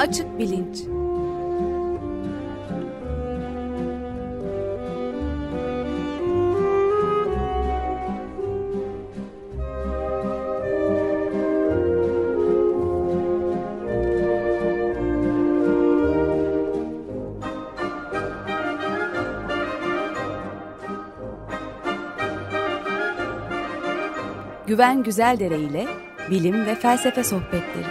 Açık Bilinç. Güven Güzeldere ile bilim ve felsefe sohbetleri.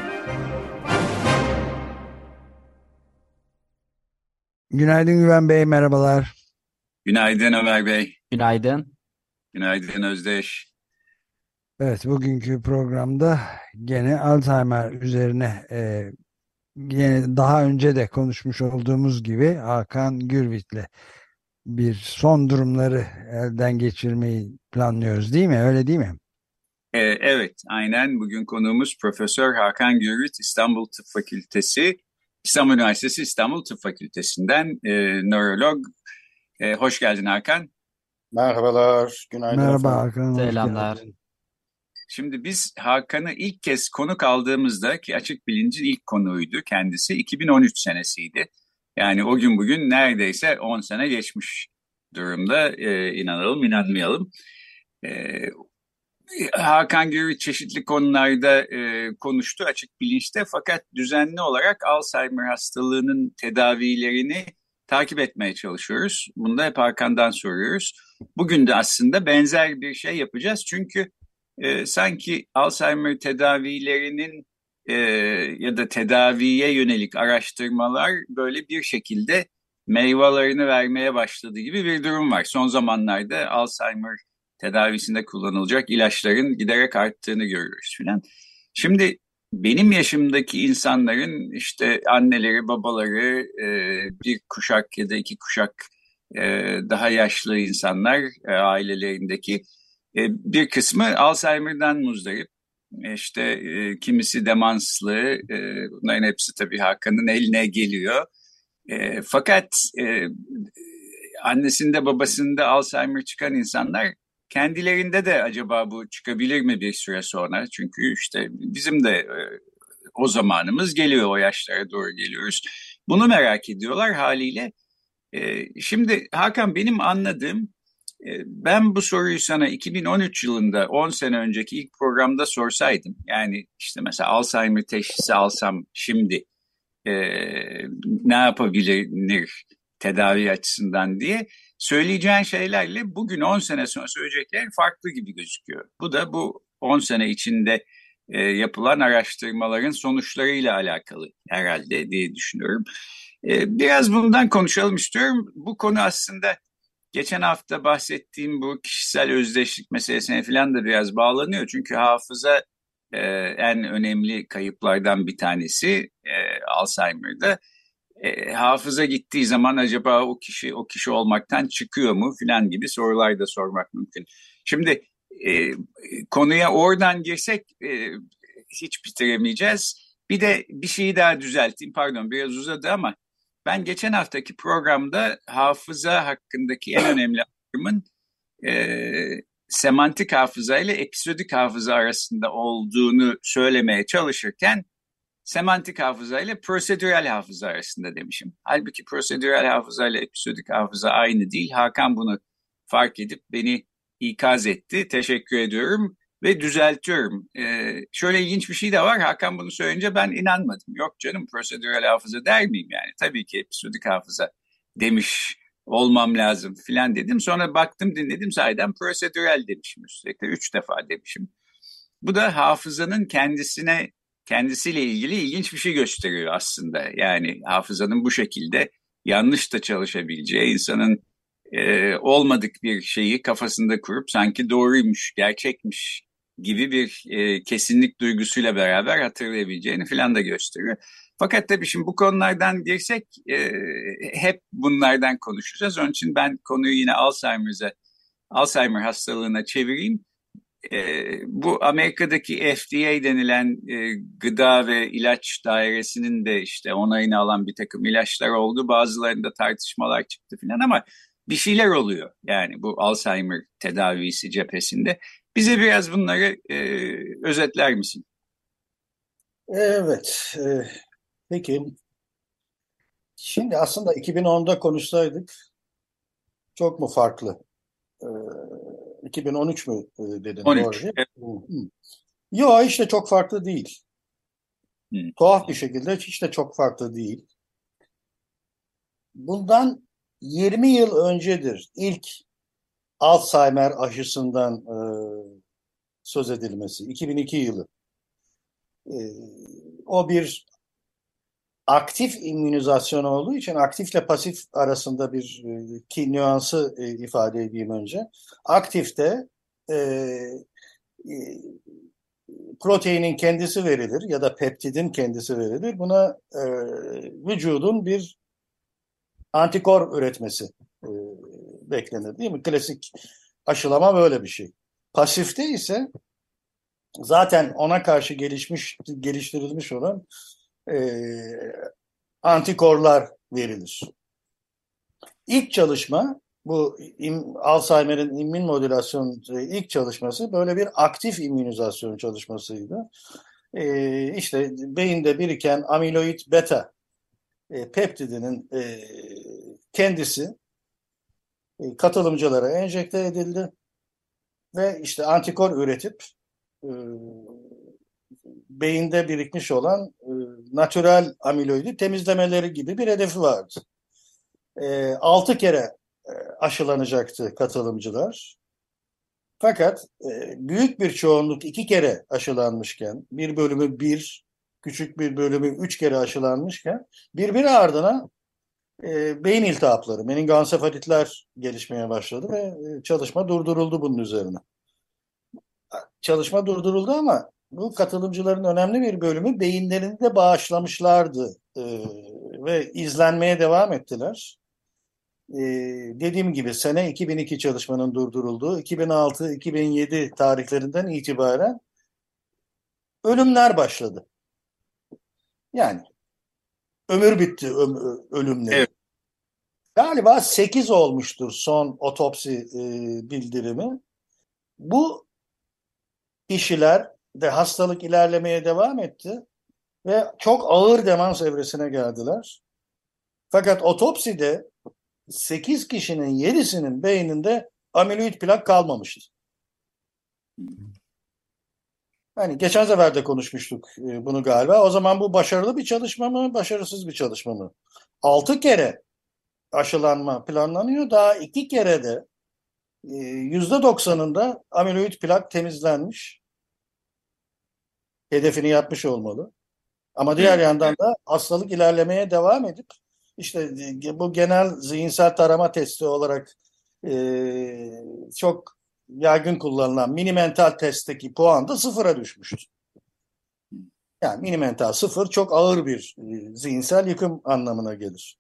Günaydın Güven Bey, merhabalar. Günaydın Ömer Bey. Günaydın. Günaydın Özdeş. Evet, bugünkü programda gene Alzheimer üzerine yine daha önce de konuşmuş olduğumuz gibi Hakan Gürvit'le bir son durumları elden geçirmeyi planlıyoruz, değil mi? Öyle değil mi? Evet, aynen. Bugün konuğumuz Profesör Hakan Gürvit, İstanbul Tıp Fakültesi, İstanbul Üniversitesi İstanbul Tıp Fakültesinden nörolog. Hoş geldin Hakan. Merhabalar, günaydın Merhaba efendim. Hakan, hoş Selamlar. geldin. Şimdi biz Hakan'ı ilk kez konuk aldığımızda ki Açık Bilinc'in ilk konuğuydu kendisi 2013 senesiydi. Yani o gün bugün neredeyse 10 sene geçmiş durumda. İnanalım inanmayalım. Hakan Gürvit çeşitli konularda konuştu Açık Bilinç'te fakat düzenli olarak Alzheimer hastalığının tedavilerini takip etmeye çalışıyoruz. Bunu da hep Hakan'dan soruyoruz. Bugün de aslında benzer bir şey yapacağız. Çünkü sanki Alzheimer tedavilerinin ya da tedaviye yönelik araştırmalar böyle bir şekilde meyvelerini vermeye başladığı gibi bir durum var. Son zamanlarda Alzheimer tedavisinde kullanılacak ilaçların giderek arttığını görüyoruz filan. Şimdi benim yaşımdaki insanların işte anneleri, babaları, bir kuşak ya da iki kuşak daha yaşlı insanlar ailelerindeki bir kısmı Alzheimer'dan muzdarip. İşte kimisi demanslı, bunların hepsi tabii Hakan'ın eline geliyor. Fakat annesinde babasında Alzheimer çıkan insanlar kendilerinde de acaba bu çıkabilir mi bir süre sonra? Çünkü işte bizim de o zamanımız geliyor, o yaşlara doğru geliyoruz. Bunu merak ediyorlar haliyle. Şimdi Hakan benim anladığım, ben bu soruyu sana 2013 yılında 10 sene önceki ilk programda sorsaydım, yani işte mesela Alzheimer teşhisi alsam şimdi ne yapabilir tedavi açısından diye söyleyeceğin şeylerle bugün 10 sene sonra söyleyecekler farklı gibi gözüküyor. Bu da bu 10 sene içinde yapılan araştırmaların sonuçlarıyla alakalı herhalde diye düşünüyorum. Biraz bundan konuşalım istiyorum. Bu konu aslında geçen hafta bahsettiğim bu kişisel özdeşlik meselesine falan da biraz bağlanıyor. Çünkü hafıza en önemli kayıplardan bir tanesi Alzheimer'da. Hafıza gittiği zaman acaba o kişi olmaktan çıkıyor mu filan gibi sorular da sormak mümkün. Şimdi konuya oradan girsek hiç bitiremeyeceğiz. Bir de bir şeyi daha düzelteyim. Pardon biraz uzadı ama ben geçen haftaki programda hafıza hakkındaki en önemli ayrımın semantik hafıza ile episodik hafıza arasında olduğunu söylemeye çalışırken semantik hafıza ile prosedürel hafıza arasında demişim. Halbuki prosedürel hafıza ile episodik hafıza aynı değil. Hakan bunu fark edip beni ikaz etti. Teşekkür ediyorum ve düzeltiyorum. Şöyle ilginç bir şey de var. Hakan bunu söyleyince ben inanmadım. Yok canım prosedürel hafıza der miyim yani? Tabii ki episodik hafıza demiş olmam lazım filan dedim. Sonra baktım dinledim sahiden prosedürel demişim üstelik de 3 defa demişim. Bu da hafızanın kendisiyle ilgili ilginç bir şey gösteriyor aslında. Yani hafızanın bu şekilde yanlış da çalışabileceği, insanın olmadık bir şeyi kafasında kurup sanki doğruymuş, gerçekmiş gibi bir kesinlik duygusuyla beraber hatırlayabileceğini falan da gösteriyor. Fakat tabii şimdi bu konulardan girsek hep bunlardan konuşacağız. Onun için ben konuyu yine Alzheimer hastalığına çevireyim. Bu Amerika'daki FDA denilen gıda ve ilaç dairesinin de işte onayını alan bir takım ilaçlar oldu. Bazılarında tartışmalar çıktı falan ama bir şeyler oluyor. Yani bu Alzheimer tedavisi cephesinde. Bize biraz bunları özetler misin? Evet, peki Şimdi aslında 2010'da konuşsaydık çok mu farklı? 2013 mü dedin? Doğru 13. değil Evet. mi? Yok, işte çok farklı değil. Hı. Tuhaf bir şekilde hiç de çok farklı değil. Bundan 20 yıl öncedir ilk Alzheimer aşısından söz edilmesi. 2002 yılı. E, O bir aktif immünizasyon olduğu için aktifle pasif arasında bir ki nüansı ifade edeyim önce. Aktifte e, e, proteinin kendisi verilir ya da peptidin kendisi verilir. Buna vücudun bir antikor üretmesi e, beklenir, değil mi? Klasik aşılama böyle bir şey. Pasifte ise zaten ona karşı geliştirilmiş olan e, antikorlar verilir. İlk çalışma bu Alzheimer'in immün modülasyon ilk çalışması böyle bir aktif immünizasyon çalışmasıydı. İşte beyinde biriken amiloid beta peptidinin kendisi katılımcılara enjekte edildi ve işte antikor üretip e, beyinde birikmiş olan natürel amiloidi temizlemeleri gibi bir hedefi vardı. 6 kere aşılanacaktı katılımcılar. Fakat büyük bir çoğunluk 2 kere aşılanmışken, bir bölümü 1, küçük bir bölümü 3 kere aşılanmışken birbiri ardına beyin iltihapları, meningoensefalitler gelişmeye başladı ve çalışma durduruldu bunun üzerine. Çalışma durduruldu ama bu katılımcıların önemli bir bölümü beyinlerini de bağışlamışlardı ve izlenmeye devam ettiler. Dediğim gibi sene 2002 çalışmanın durdurulduğu 2006-2007 tarihlerinden itibaren ölümler başladı. Yani ömür bitti ölümleri. Evet. Galiba 8 olmuştur son otopsi bildirimi. Bu kişiler de hastalık ilerlemeye devam etti ve çok ağır demans evresine geldiler. Fakat otopside 8 kişinin 7'sinin beyninde amiloid plak kalmamıştı. Yani geçen sefer de konuşmuştuk bunu galiba. O zaman bu başarılı bir çalışma mı, başarısız bir çalışma mı? 6 kere aşılanma planlanıyor. Daha 2 kere de %90'ında amiloid plak temizlenmiş. Hedefini yapmış olmalı. Ama diğer yandan da hastalık ilerlemeye devam edip işte bu genel zihinsel tarama testi olarak çok yaygın kullanılan mini mental testteki puan da sıfıra düşmüştü. Yani mini mental sıfır çok ağır bir zihinsel yıkım anlamına gelir.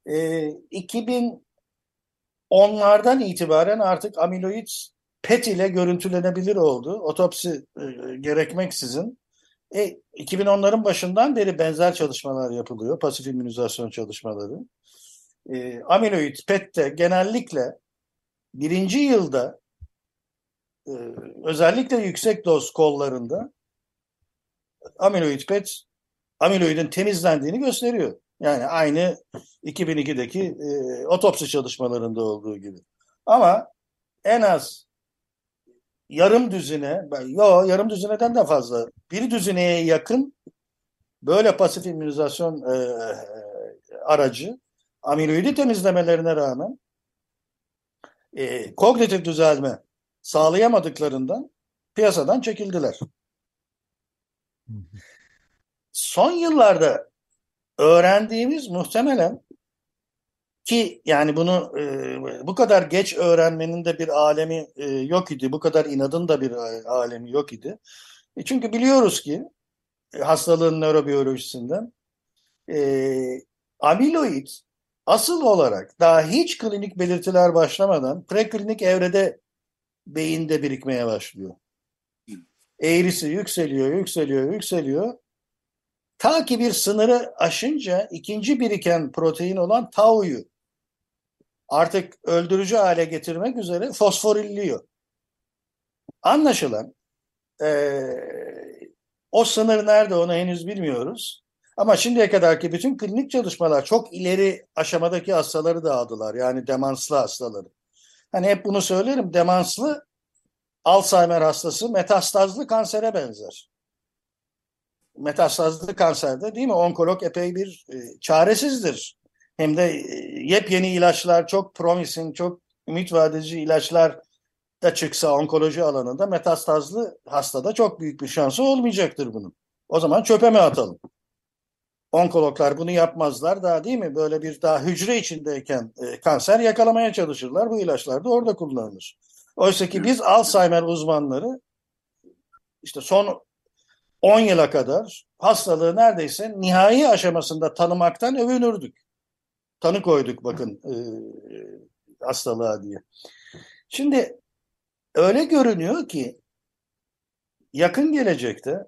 2010'lardan itibaren artık amiloid PET ile görüntülenebilir oldu. Otopsi gerekmeksizin. 2010'ların başından beri benzer çalışmalar yapılıyor. Pasif immünizasyon çalışmaları. Amiloid PET'te genellikle birinci yılda özellikle yüksek doz kollarında amiloid PET amiloidin temizlendiğini gösteriyor. Yani aynı 2002'deki otopsi çalışmalarında olduğu gibi. Ama en az yarım düzineden de fazla, bir düzineye yakın böyle pasif immünizasyon aracı amiloidi temizlemelerine rağmen kognitif düzelme sağlayamadıklarından piyasadan çekildiler. Son yıllarda öğrendiğimiz muhtemelen ki yani bunu bu kadar geç öğrenmenin de bir alemi yok idi. Bu kadar inadın da bir alemi yok idi. Çünkü biliyoruz ki hastalığın nörobiyolojisinden amiloid asıl olarak daha hiç klinik belirtiler başlamadan preklinik evrede beyinde birikmeye başlıyor. Eğrisi yükseliyor. Ta ki bir sınırı aşınca ikinci biriken protein olan tau'yu artık öldürücü hale getirmek üzere fosforilliyor. Anlaşılan o sınır nerede onu henüz bilmiyoruz. Ama şimdiye kadarki bütün klinik çalışmalar çok ileri aşamadaki hastaları da aldılar. Yani demanslı hastaları. Hani hep bunu söylerim. Demanslı Alzheimer hastası metastazlı kansere benzer. Metastazlı kanserde değil mi? Onkolog epey bir çaresizdir. Hem de yepyeni ilaçlar, çok promising, çok ümit vadeci ilaçlar da çıksa onkoloji alanında metastazlı hastada çok büyük bir şansı olmayacaktır bunun. O zaman çöpe mi atalım? Onkologlar bunu yapmazlar daha değil mi? Böyle bir daha hücre içindeyken kanser yakalamaya çalışırlar. Bu ilaçlar da orada kullanılır. Oysa ki biz Alzheimer uzmanları işte son 10 yıla kadar hastalığı neredeyse nihai aşamasında tanımaktan övünürdük. Tanı koyduk bakın hastalığa diye. Şimdi öyle görünüyor ki yakın gelecekte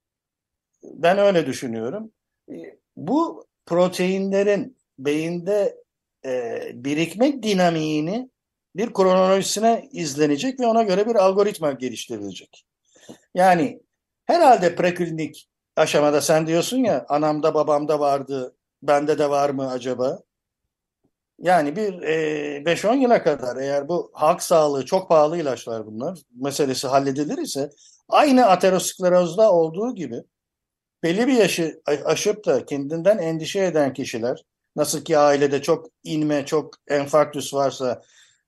ben öyle düşünüyorum. Bu proteinlerin beyinde birikmek dinamiğini bir kronolojisine izlenecek ve ona göre bir algoritma geliştirilecek. Yani herhalde preklinik aşamada sen diyorsun ya anamda babamda vardı, bende de var mı acaba? Yani bir 5-10 yıla kadar eğer bu halk sağlığı çok pahalı ilaçlar bunlar meselesi halledilir ise aynı aterosklerozda olduğu gibi belli bir yaşı aşıp da kendinden endişe eden kişiler nasıl ki ailede çok inme, çok enfarktüs varsa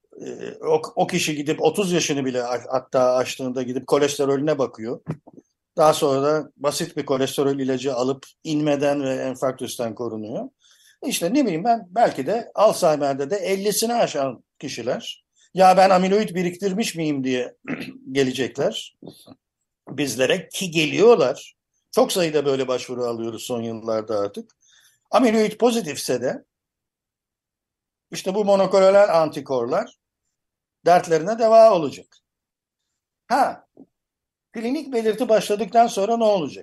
o kişi gidip 30 yaşını bile hatta aştığında gidip kolesterolüne bakıyor. Daha sonra da basit bir kolesterol ilacı alıp inmeden ve enfarktüsten korunuyor. İşte ne bileyim ben belki de Alzheimer'de de 50'sini aşan kişiler ya ben amiloid biriktirmiş miyim diye gelecekler bizlere ki geliyorlar. Çok sayıda böyle başvuru alıyoruz son yıllarda artık. Amiloid pozitifse de işte bu monoklonal antikorlar dertlerine deva olacak. Ha, klinik belirti başladıktan sonra ne olacak?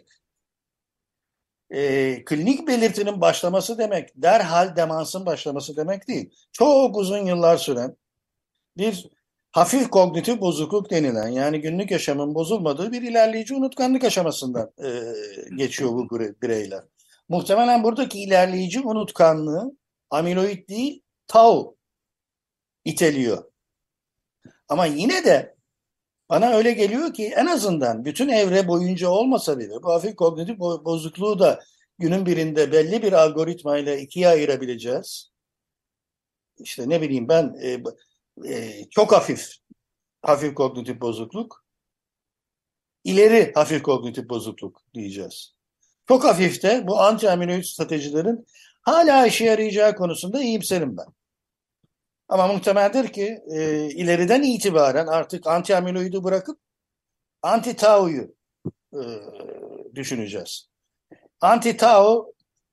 Klinik belirtinin başlaması demek derhal demansın başlaması demek değil. Çok uzun yıllar süren bir hafif kognitif bozukluk denilen yani günlük yaşamın bozulmadığı bir ilerleyici unutkanlık aşamasından geçiyor bu bireyler. Muhtemelen buradaki ilerleyici unutkanlığı amiloid değil tau iteliyor. Ama yine de bana öyle geliyor ki en azından bütün evre boyunca olmasa bile bu hafif kognitif bozukluğu da günün birinde belli bir algoritmayla ikiye ayırabileceğiz. İşte ne bileyim ben çok hafif kognitif bozukluk, ileri hafif kognitif bozukluk diyeceğiz. Çok hafifte bu anti-amiloid stratejilerin hala işe yarayacağı konusunda iyimserim ben. Ama muhtemeldir ki ileriden itibaren artık anti-amiloidi bırakıp anti-tau'yu düşüneceğiz. Anti-tau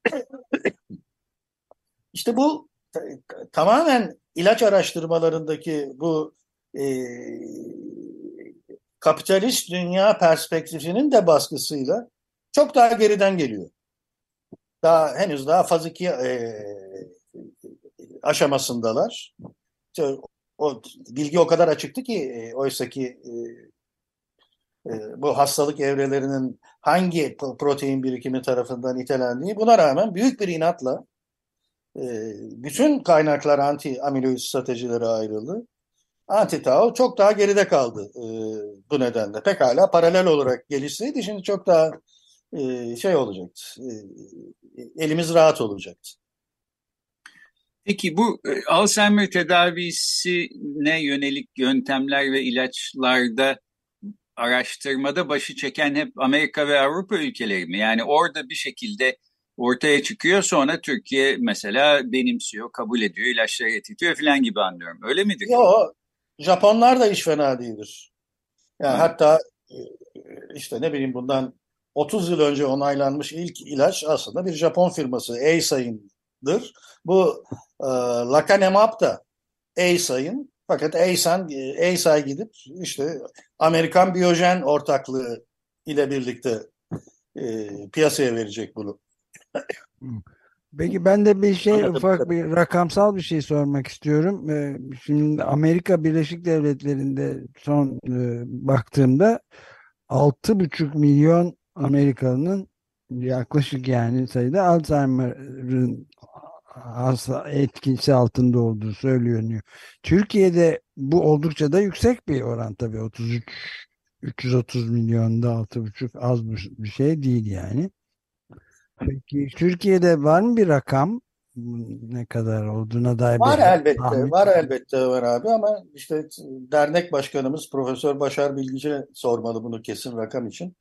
işte bu tamamen ilaç araştırmalarındaki bu kapitalist dünya perspektifinin de baskısıyla çok daha geriden geliyor. Henüz daha faz 2 aşamasındalar. İşte o bilgi o kadar açıktı ki oysa ki bu hastalık evrelerinin hangi protein birikimi tarafından itelendiği buna rağmen büyük bir inatla bütün kaynaklar anti-amiloid stratejileri ayrıldı. Anti-tau çok daha geride kaldı bu nedenle. Pekala paralel olarak gelişseydi şimdi çok daha şey olacaktı. Elimiz rahat olacaktı. Peki bu Alzheimer tedavisine yönelik yöntemler ve ilaçlarda araştırmada başı çeken hep Amerika ve Avrupa ülkeleri mi? Yani orada bir şekilde ortaya çıkıyor sonra Türkiye mesela benimsiyor, kabul ediyor, ilaçları getirtiyor falan gibi anlıyorum. Öyle midir? Yok, Japonlar da hiç fena değildir. Yani hatta işte ne bileyim bundan 30 yıl önce onaylanmış ilk ilaç aslında bir Japon firması Eisai'dir. Bu lecanemab da Eisai'nin fakat Eisai gidip işte Amerikan Biyojen ortaklığı ile birlikte piyasaya verecek bunu. Peki ben de ufak bir rakamsal bir şey sormak istiyorum. Şimdi Amerika Birleşik Devletleri'nde son baktığımda 6,5 milyon Amerikalı'nın yaklaşık yani sayıda Alzheimer'ın etkisi altında olduğu söyleniyor. Türkiye'de bu oldukça da yüksek bir oran tabii. 330 milyonda 6,5 az bir şey değil yani. Peki Türkiye'de var mı bir rakam? Ne kadar olduğuna dair bir Var elbette, tahmin? var elbette Ömer abi ama işte dernek başkanımız Profesör Başar Bilgiç'e sormalı bunu kesin rakam için.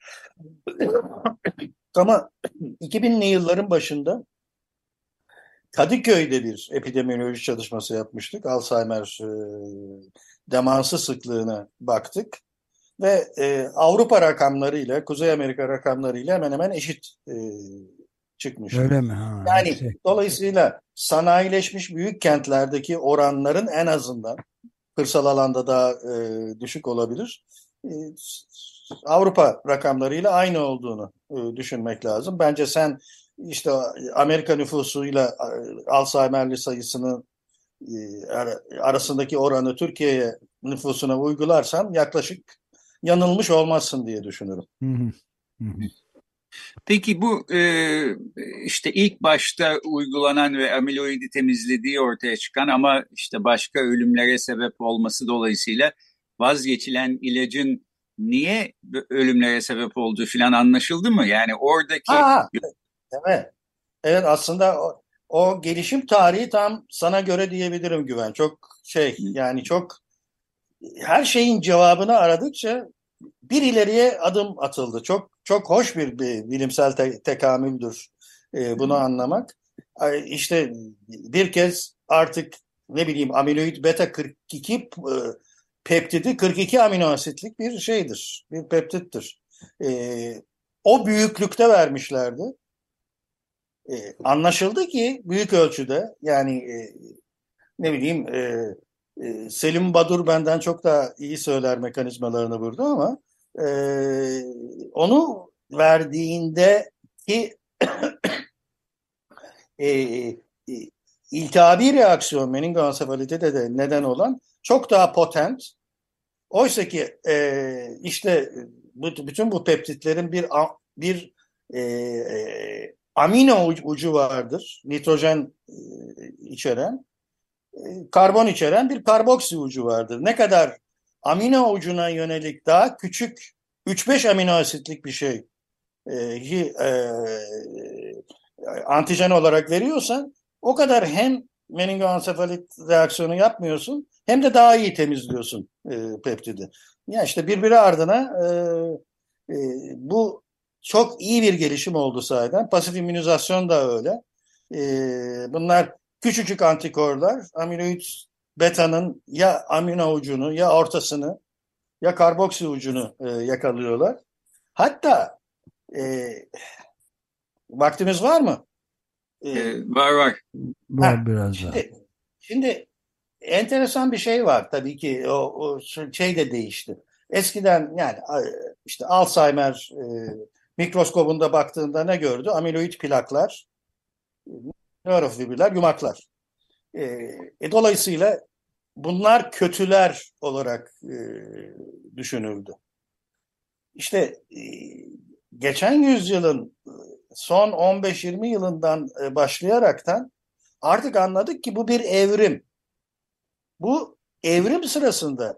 Ama 2000'li yılların başında Kadıköy'de bir epidemioloji çalışması yapmıştık. Alzheimer demansı sıklığına baktık ve Avrupa rakamlarıyla, Kuzey Amerika rakamlarıyla hemen hemen eşit çıkmış. Öyle mi? Ha, Yani yüksek. dolayısıyla sanayileşmiş büyük kentlerdeki oranların en azından kırsal alanda daha düşük olabilir. E, Avrupa rakamlarıyla aynı olduğunu düşünmek lazım. Bence sen işte Amerika nüfusuyla Alzheimer'li sayısının arasındaki oranı Türkiye nüfusuna uygularsan yaklaşık yanılmış olmazsın diye düşünüyorum. Hı hı. Hı hı. Peki bu işte ilk başta uygulanan ve amiloidi temizlediği ortaya çıkan ama işte başka ölümlere sebep olması dolayısıyla vazgeçilen ilacın niye ölümlere sebep olduğu falan anlaşıldı mı? Yani oradaki Ha, evet. Evet aslında o gelişim tarihi tam sana göre diyebilirim Güven. Çok yani çok her şeyin cevabını aradıkça bir ileriye adım atıldı. Çok çok hoş bir bilimsel tekamüldür bunu anlamak. İşte bir kez artık ne bileyim amiloid beta 42 peptidi 42 amino asitlik bir şeydir. Bir peptittir. O büyüklükte vermişlerdi. Anlaşıldı ki büyük ölçüde yani ne bileyim Selim Badur benden çok daha iyi söyler mekanizmalarını burada ama e, onu verdiğindeki e, e, iltihabi reaksiyon meningoensefalitide de neden olan çok daha potent. Oysa ki işte bütün bu peptitlerin bir amino ucu vardır. Nitrojen içeren, karbon içeren bir karboksi ucu vardır. Ne kadar amino ucuna yönelik daha küçük 3-5 amino asitlik bir şey antijen olarak veriyorsan o kadar hem meningoensefalit reaksiyonu yapmıyorsun hem de daha iyi temizliyorsun peptidi. Yani işte birbiri ardına bu çok iyi bir gelişim oldu sahiden. Pasif immünizasyon da öyle. Bunlar küçücük antikorlar amiloid beta'nın ya amino ucunu ya ortasını ya karboksi ucunu yakalıyorlar. Hatta e, vaktimiz var mı? var. Var biraz daha. Şimdi enteresan bir şey var tabii ki o şey de değişti. Eskiden yani işte Alzheimer mikroskobunda baktığında ne gördü? Amiloid plaklar, nörofibriller, yumaklar. Dolayısıyla bunlar kötüler olarak düşünüldü. İşte geçen yüzyılın son 15-20 yılından başlayaraktan artık anladık ki bu bir evrim. Bu evrim sırasında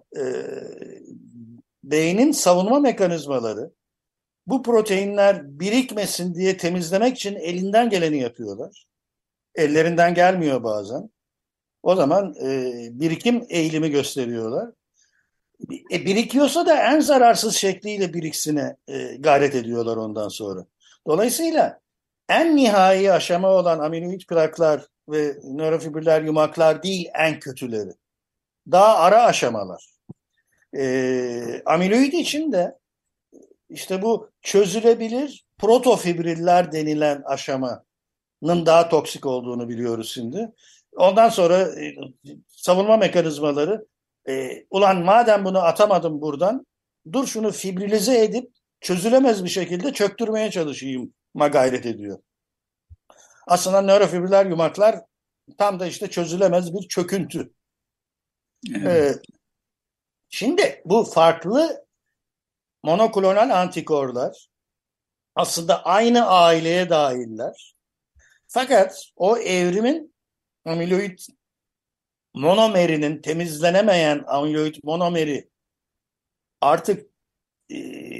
beynin savunma mekanizmaları bu proteinler birikmesin diye temizlemek için elinden geleni yapıyorlar. Ellerinden gelmiyor bazen. O zaman birikim eğilimi gösteriyorlar. Birikiyorsa da en zararsız şekliyle biriksine gayret ediyorlar ondan sonra. Dolayısıyla en nihai aşama olan amiloid plaklar ve nörofibriller yumaklar değil en kötüleri. Daha ara aşamalar. Amiloid için de işte bu çözülebilir protofibriller denilen aşamanın daha toksik olduğunu biliyoruz şimdi. Ondan sonra savunma mekanizmaları ulan madem bunu atamadım buradan dur şunu fibrilize edip çözülemez bir şekilde çöktürmeye çalışayım gayret ediyor. Aslında nörofibriller yumaklar tam da işte çözülemez bir çöküntü. Evet. Şimdi bu farklı monoklonal antikorlar aslında aynı aileye dahiller. Fakat o evrimin amiloid monomerinin, temizlenemeyen amiloid monomeri artık e,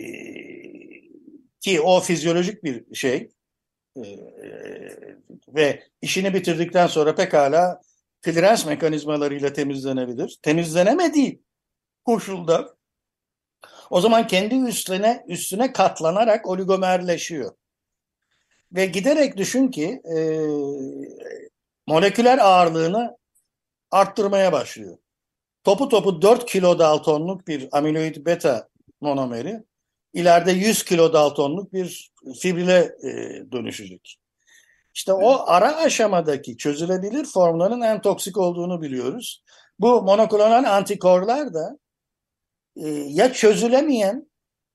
ki o fizyolojik bir şey e, ve işini bitirdikten sonra pekala klirens mekanizmalarıyla temizlenebilir. Temizlenemediği koşulda o zaman kendi üstüne katlanarak oligomerleşiyor. Ve giderek düşün ki moleküler ağırlığını arttırmaya başlıyor. Topu 4 kilodaltonluk bir amiloid beta monomeri ileride 100 kilodaltonluk bir fibrile dönüşecek. İşte o ara aşamadaki çözülebilir formların en toksik olduğunu biliyoruz. Bu monoklonal antikorlar da ya çözülemeyen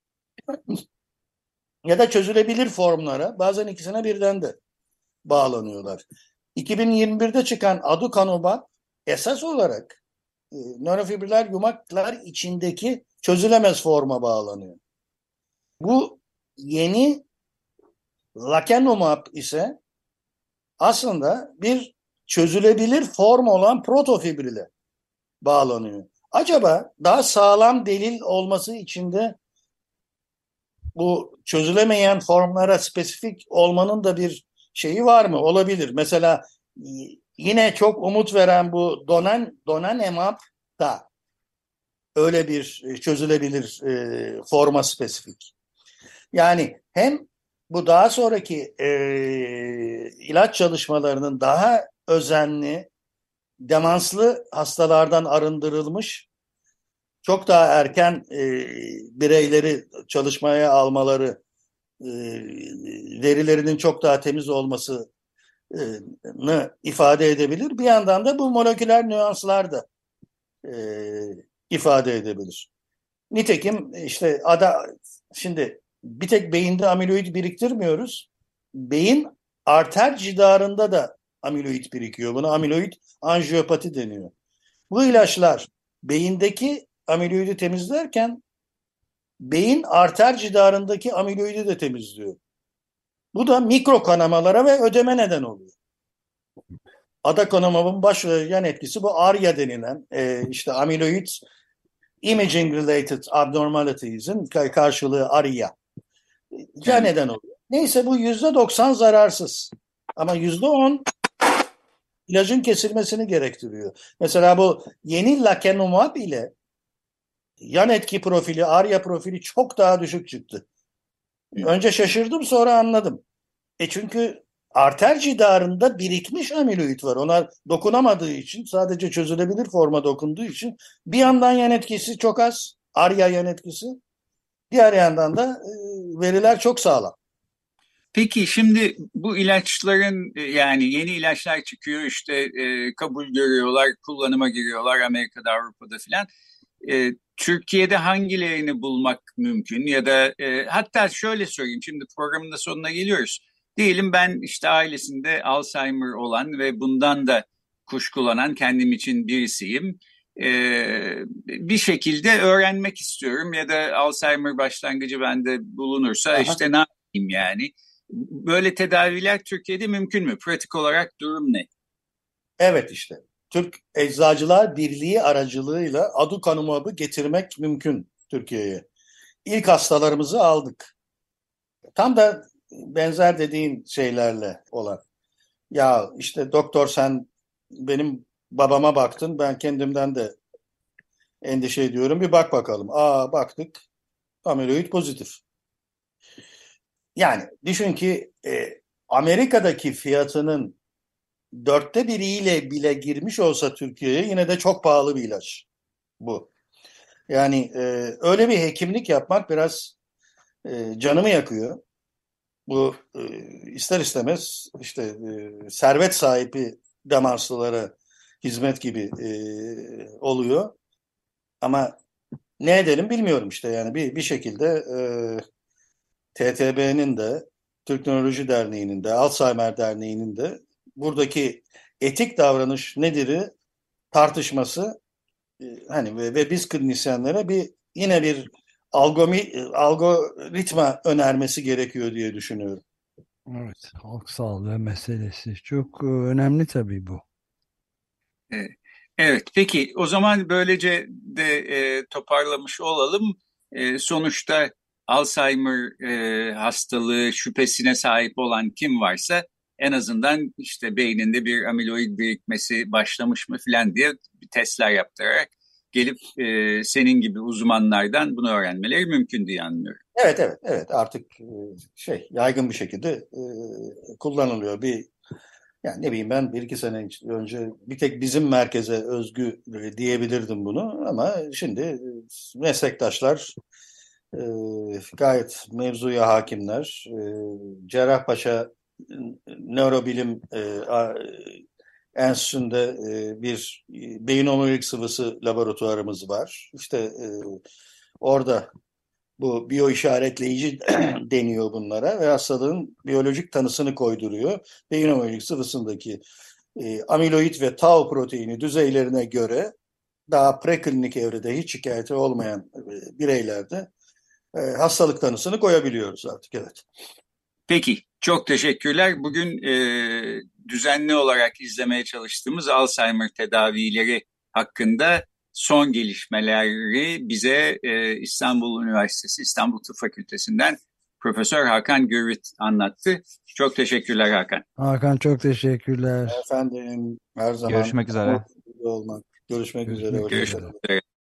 ya da çözülebilir formlara, bazen ikisine birden de bağlanıyorlar. 2021'de çıkan aducanumab esas olarak nörofibriller yumaklar içindeki çözülemez forma bağlanıyor. Bu yeni lecanemab ise aslında bir çözülebilir form olan protofibrile bağlanıyor. Acaba daha sağlam delil olması için de bu çözülemeyen formlara spesifik olmanın da bir şeyi var mı? Olabilir. Mesela yine çok umut veren bu donanemab da öyle bir çözülebilir forma spesifik. Yani hem bu daha sonraki ilaç çalışmalarının daha özenli, demanslı hastalardan arındırılmış, çok daha erken bireyleri çalışmaya almaları, verilerinin çok daha temiz olmasını ifade edebilir. Bir yandan da bu moleküler nüanslar da ifade edebilir. Nitekim işte şimdi bir tek beyinde amiloid biriktirmiyoruz. Beyin arter cidarında da amiloid birikiyor. Buna amiloid anjiyopati deniyor. Bu ilaçlar beyindeki amiloidi temizlerken beyin arter cidarındaki amiloidi de temizliyor. Bu da mikro kanamalara ve ödeme neden oluyor. Adakanamabın baş yan etkisi bu ARIA denilen işte amiloid imaging related abnormalities'in karşılığı ARIA. Neden oluyor? Neyse bu %90 zararsız. Ama %10 ilacın kesilmesini gerektiriyor. Mesela bu yeni lecanemab ile yan etki profili, ARIA profili çok daha düşük çıktı. Önce şaşırdım, sonra anladım. Çünkü arter cidarında birikmiş amiloid var. Ona dokunamadığı için, sadece çözülebilir forma dokunduğu için bir yandan yan etkisi çok az, ARIA yan etkisi. Diğer yandan da veriler çok sağlam. Peki şimdi bu ilaçların yani yeni ilaçlar çıkıyor işte kabul görüyorlar, kullanıma giriyorlar Amerika'da, Avrupa'da filan. Türkiye'de hangilerini bulmak mümkün ya da hatta şöyle söyleyeyim, şimdi programın da sonuna geliyoruz. Diyelim ben işte ailesinde Alzheimer olan ve bundan da kuşkulanan kendim için birisiyim. Bir şekilde öğrenmek istiyorum ya da Alzheimer başlangıcı bende bulunursa işte ne yapayım yani. Böyle tedaviler Türkiye'de mümkün mü? Pratik olarak durum ne? Evet işte. Türk Eczacılar Birliği aracılığıyla aducanumab'ı getirmek mümkün Türkiye'ye. İlk hastalarımızı aldık. Tam da benzer dediğin şeylerle olan. Ya işte doktor sen benim babama baktın, ben kendimden de endişe ediyorum. Bir bak bakalım. Baktık. Amiloid pozitif. Yani düşün ki Amerika'daki fiyatının 1/4'iyle bile girmiş olsa Türkiye'ye yine de çok pahalı bir ilaç bu. Yani öyle bir hekimlik yapmak biraz canımı yakıyor. Bu ister istemez işte servet sahibi demanslılara hizmet gibi oluyor. Ama ne edelim bilmiyorum işte yani bir şekilde TTB'nin de Türk Nöroloji Derneği'nin de Alzheimer Derneği'nin de buradaki etik davranış nedir'i tartışması hani ve biz klinisyenlere yine bir algoritma önermesi gerekiyor diye düşünüyorum. Evet, halk sağlığı meselesi çok önemli tabii bu. Evet. Evet, peki o zaman böylece de toparlamış olalım. Sonuçta Alzheimer hastalığı şüphesine sahip olan kim varsa en azından işte beyninde bir amiloid birikmesi başlamış mı filan diye bir testler yaptırarak gelip senin gibi uzmanlardan bunu öğrenmeleri mümkün diye anlıyorum. Evet, evet, evet. Artık yaygın bir şekilde kullanılıyor. Yani ne bileyim, ben bir iki sene önce bir tek bizim merkeze özgü diyebilirdim bunu, ama şimdi meslektaşlar e, gayet mevzuya hakimler. Cerrahpaşa Nörobilim Enstitüsü'nde bir beyin omurilik sıvısı laboratuvarımız var. İşte orada bu biyoişaretleyici deniyor bunlara ve hastalığın biyolojik tanısını koyduruyor. Beyin omurilik sıvısındaki amiloid ve tau proteini düzeylerine göre daha preklinik evrede hiç şikayeti olmayan bireylerde hastalık tanısını koyabiliyoruz artık. Evet. Peki, çok teşekkürler. Bugün düzenli olarak izlemeye çalıştığımız Alzheimer tedavileri hakkında son gelişmeleri bize İstanbul Üniversitesi İstanbul Tıp Fakültesinden Profesör Hakan Gürvit anlattı. Çok teşekkürler Hakan. Hakan, çok teşekkürler. Efendim, her zaman Görüşmek üzere. olmak. Görüşmek üzere. Görüşmek Görüşmek Hoşçakalın. üzere. üzere.